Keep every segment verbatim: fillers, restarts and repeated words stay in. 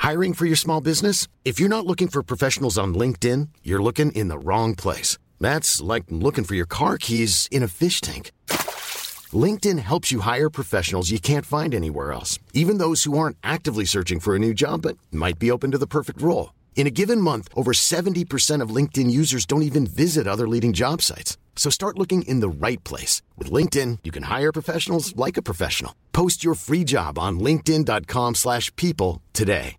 Hiring for your small business? If you're not looking for professionals on LinkedIn, you're looking in the wrong place. That's like looking for your car keys in a fish tank. LinkedIn helps you hire professionals you can't find anywhere else, even those who aren't actively searching for a new job but might be open to the perfect role. In a given month, over seventy percent of LinkedIn users don't even visit other leading job sites. So start looking in the right place. With LinkedIn, you can hire professionals like a professional. Post your free job on linkedin.com slash people today.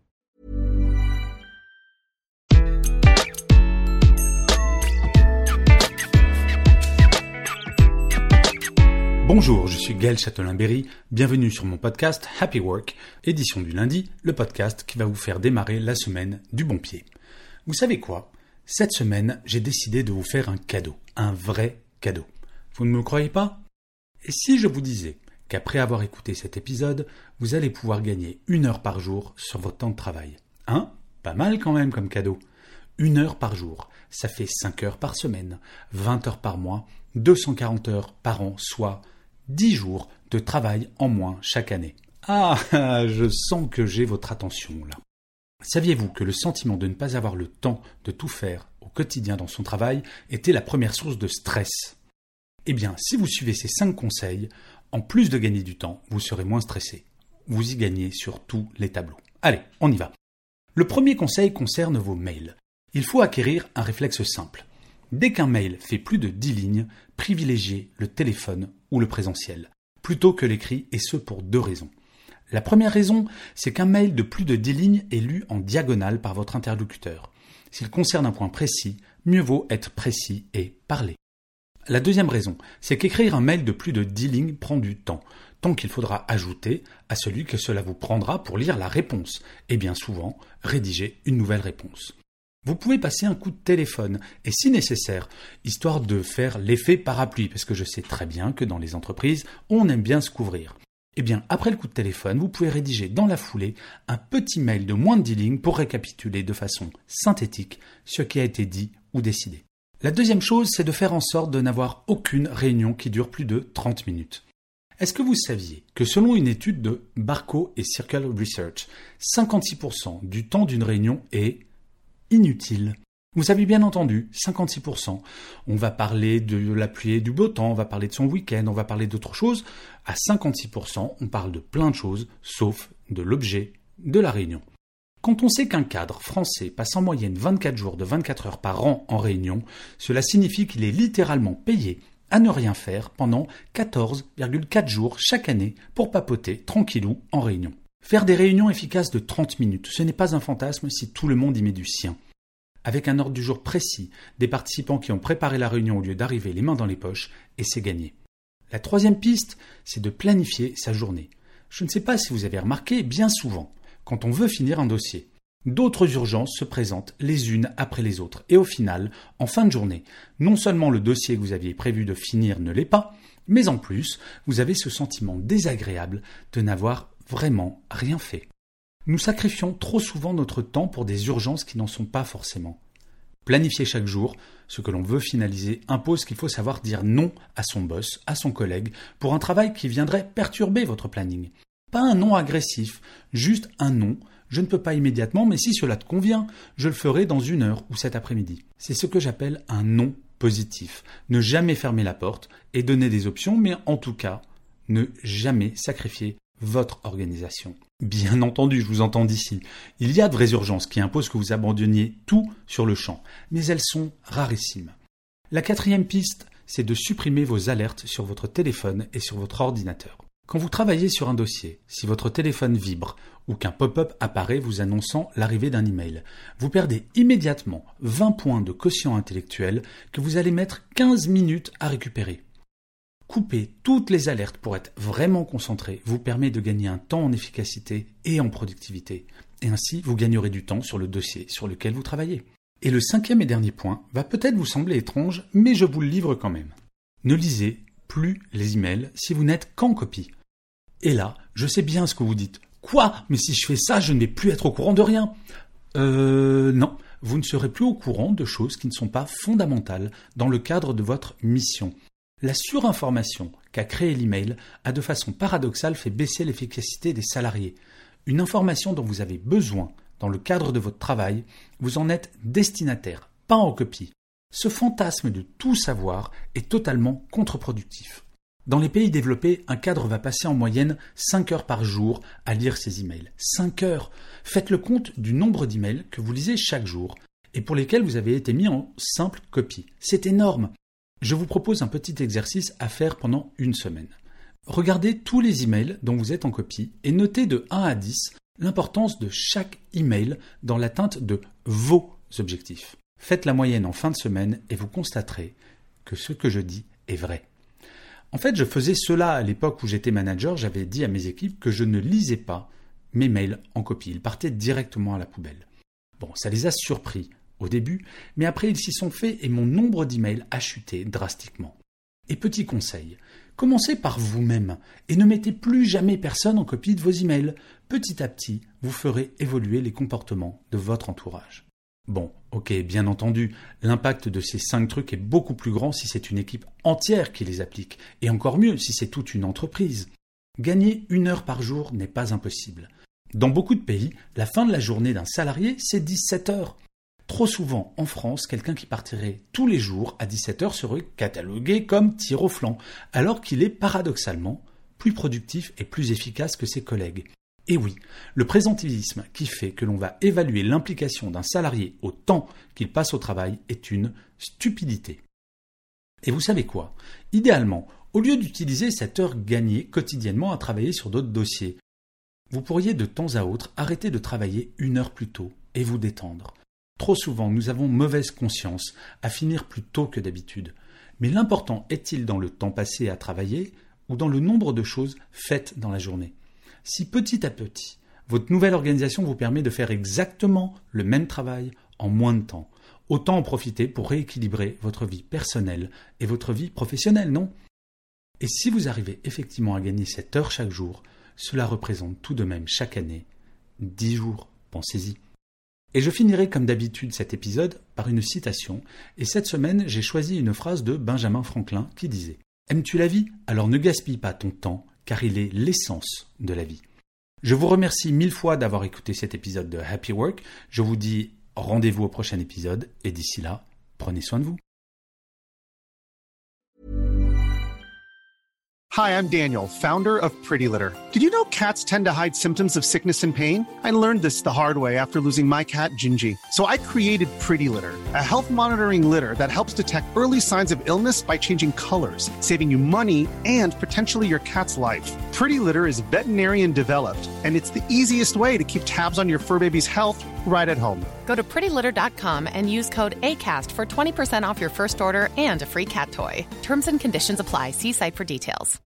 Bonjour, je suis Gaël Châtelain-Berry, bienvenue sur mon podcast Happy Work, édition du lundi, le podcast qui va vous faire démarrer la semaine du bon pied. Vous savez quoi ? Cette semaine, j'ai décidé de vous faire un cadeau, un vrai cadeau. Vous ne me croyez pas ? Et si je vous disais qu'après avoir écouté cet épisode, vous allez pouvoir gagner une heure par jour sur votre temps de travail ? Hein ? Pas mal quand même comme cadeau. Une heure par jour, ça fait cinq heures par semaine, vingt heures par mois, deux cent quarante heures par an, soit dix jours de travail en moins chaque année. Ah, je sens que j'ai votre attention là. Saviez-vous que le sentiment de ne pas avoir le temps de tout faire au quotidien dans son travail était la première source de stress ? Eh bien, si vous suivez ces cinq conseils, en plus de gagner du temps, vous serez moins stressé. Vous y gagnez sur tous les tableaux. Allez, on y va. Le premier conseil concerne vos mails. Il faut acquérir un réflexe simple. Dès qu'un mail fait plus de dix lignes, privilégiez le téléphone ou le présentiel, plutôt que l'écrit, et ce pour deux raisons. La première raison, c'est qu'un mail de plus de dix lignes est lu en diagonale par votre interlocuteur. S'il concerne un point précis, mieux vaut être précis et parler. La deuxième raison, c'est qu'écrire un mail de plus de dix lignes prend du temps, tant qu'il faudra ajouter à celui que cela vous prendra pour lire la réponse, et bien souvent, rédiger une nouvelle réponse. Vous pouvez passer un coup de téléphone, et si nécessaire, histoire de faire l'effet parapluie, parce que je sais très bien que dans les entreprises, on aime bien se couvrir. Eh bien, après le coup de téléphone, vous pouvez rédiger dans la foulée un petit mail de moins de dix lignes pour récapituler de façon synthétique ce qui a été dit ou décidé. La deuxième chose, c'est de faire en sorte de n'avoir aucune réunion qui dure plus de trente minutes. Est-ce que vous saviez que selon une étude de Barco et Circle Research, cinquante-six pour cent du temps d'une réunion est inutile. Vous avez bien entendu, cinquante-six pour cent. On va parler de la pluie et du beau temps, on va parler de son week-end, on va parler d'autres choses. À cinquante-six pour cent, on parle de plein de choses, sauf de l'objet de la réunion. Quand on sait qu'un cadre français passe en moyenne vingt-quatre jours de vingt-quatre heures par an en réunion, cela signifie qu'il est littéralement payé à ne rien faire pendant quatorze virgule quatre jours chaque année pour papoter tranquillou en réunion. Faire des réunions efficaces de trente minutes, ce n'est pas un fantasme si tout le monde y met du sien. Avec un ordre du jour précis, des participants qui ont préparé la réunion au lieu d'arriver les mains dans les poches, et c'est gagné. La troisième piste, c'est de planifier sa journée. Je ne sais pas si vous avez remarqué, bien souvent, quand on veut finir un dossier, d'autres urgences se présentent les unes après les autres. Et au final, en fin de journée, non seulement le dossier que vous aviez prévu de finir ne l'est pas, mais en plus, vous avez ce sentiment désagréable de n'avoir vraiment rien fait. Nous sacrifions trop souvent notre temps pour des urgences qui n'en sont pas forcément. Planifier chaque jour ce que l'on veut finaliser impose qu'il faut savoir dire non à son boss, à son collègue, pour un travail qui viendrait perturber votre planning. Pas un non agressif, juste un non. Je ne peux pas immédiatement, mais si cela te convient, je le ferai dans une heure ou cet après-midi. C'est ce que j'appelle un non positif. Ne jamais fermer la porte et donner des options, mais en tout cas, ne jamais sacrifier votre organisation. Bien entendu, je vous entends d'ici. Il y a de vraies urgences qui imposent que vous abandonniez tout sur le champ, mais elles sont rarissimes. La quatrième piste, c'est de supprimer vos alertes sur votre téléphone et sur votre ordinateur. Quand vous travaillez sur un dossier, si votre téléphone vibre ou qu'un pop-up apparaît vous annonçant l'arrivée d'un email, vous perdez immédiatement vingt points de quotient intellectuel que vous allez mettre quinze minutes à récupérer. Couper toutes les alertes pour être vraiment concentré vous permet de gagner un temps en efficacité et en productivité. Et ainsi, vous gagnerez du temps sur le dossier sur lequel vous travaillez. Et le cinquième et dernier point va peut-être vous sembler étrange, mais je vous le livre quand même. Ne lisez plus les emails si vous n'êtes qu'en copie. Et là, je sais bien ce que vous dites. Quoi ? Mais si je fais ça, je ne vais plus être au courant de rien. Euh, non, vous ne serez plus au courant de choses qui ne sont pas fondamentales dans le cadre de votre mission. La surinformation qu'a créée l'email a de façon paradoxale fait baisser l'efficacité des salariés. Une information dont vous avez besoin dans le cadre de votre travail, vous en êtes destinataire, pas en copie. Ce fantasme de tout savoir est totalement contre-productif. Dans les pays développés, un cadre va passer en moyenne cinq heures par jour à lire ses emails. cinq heures! Faites le compte du nombre d'emails que vous lisez chaque jour et pour lesquels vous avez été mis en simple copie. C'est énorme! Je vous propose un petit exercice à faire pendant une semaine. Regardez tous les emails dont vous êtes en copie et notez de un à dix l'importance de chaque email dans l'atteinte de vos objectifs. Faites la moyenne en fin de semaine et vous constaterez que ce que je dis est vrai. En fait, je faisais cela à l'époque où j'étais manager, j'avais dit à mes équipes que je ne lisais pas mes mails en copie, ils partaient directement à la poubelle. Bon, ça les a surpris au début, mais après ils s'y sont faits et mon nombre d'emails a chuté drastiquement. Et petit conseil, commencez par vous-même et ne mettez plus jamais personne en copie de vos emails. Petit à petit, vous ferez évoluer les comportements de votre entourage. Bon, ok, bien entendu, l'impact de ces cinq trucs est beaucoup plus grand si c'est une équipe entière qui les applique, et encore mieux si c'est toute une entreprise. Gagner une heure par jour n'est pas impossible. Dans beaucoup de pays, la fin de la journée d'un salarié, c'est dix-sept heures. Trop souvent, en France, quelqu'un qui partirait tous les jours à dix-sept heures serait catalogué comme tir au flanc, alors qu'il est paradoxalement plus productif et plus efficace que ses collègues. Et oui, le présentéisme qui fait que l'on va évaluer l'implication d'un salarié au temps qu'il passe au travail est une stupidité. Et vous savez quoi ? Idéalement, au lieu d'utiliser cette heure gagnée quotidiennement à travailler sur d'autres dossiers, vous pourriez de temps à autre arrêter de travailler une heure plus tôt et vous détendre. Trop souvent, nous avons mauvaise conscience à finir plus tôt que d'habitude. Mais l'important est-il dans le temps passé à travailler ou dans le nombre de choses faites dans la journée ? Si petit à petit, votre nouvelle organisation vous permet de faire exactement le même travail en moins de temps, autant en profiter pour rééquilibrer votre vie personnelle et votre vie professionnelle, non ? Et si vous arrivez effectivement à gagner cette heure chaque jour, cela représente tout de même chaque année dix jours, pensez-y. Et je finirai comme d'habitude cet épisode par une citation, et cette semaine j'ai choisi une phrase de Benjamin Franklin qui disait « Aimes-tu la vie ? Alors ne gaspille pas ton temps, car il est l'essence de la vie. » Je vous remercie mille fois d'avoir écouté cet épisode de Happy Work. Je vous dis rendez-vous au prochain épisode et d'ici là, prenez soin de vous. Hi, I'm Daniel, founder of Pretty Litter. Did you know cats tend to hide symptoms of sickness and pain? I learned this the hard way after losing my cat, Gingy. So I created Pretty Litter, a health monitoring litter that helps detect early signs of illness by changing colors, saving you money and potentially your cat's life. Pretty Litter is veterinarian developed, and it's the easiest way to keep tabs on your fur baby's health right at home. Go to pretty litter dot com and use code ACAST for twenty percent off your first order and a free cat toy. Terms and conditions apply. See site for details.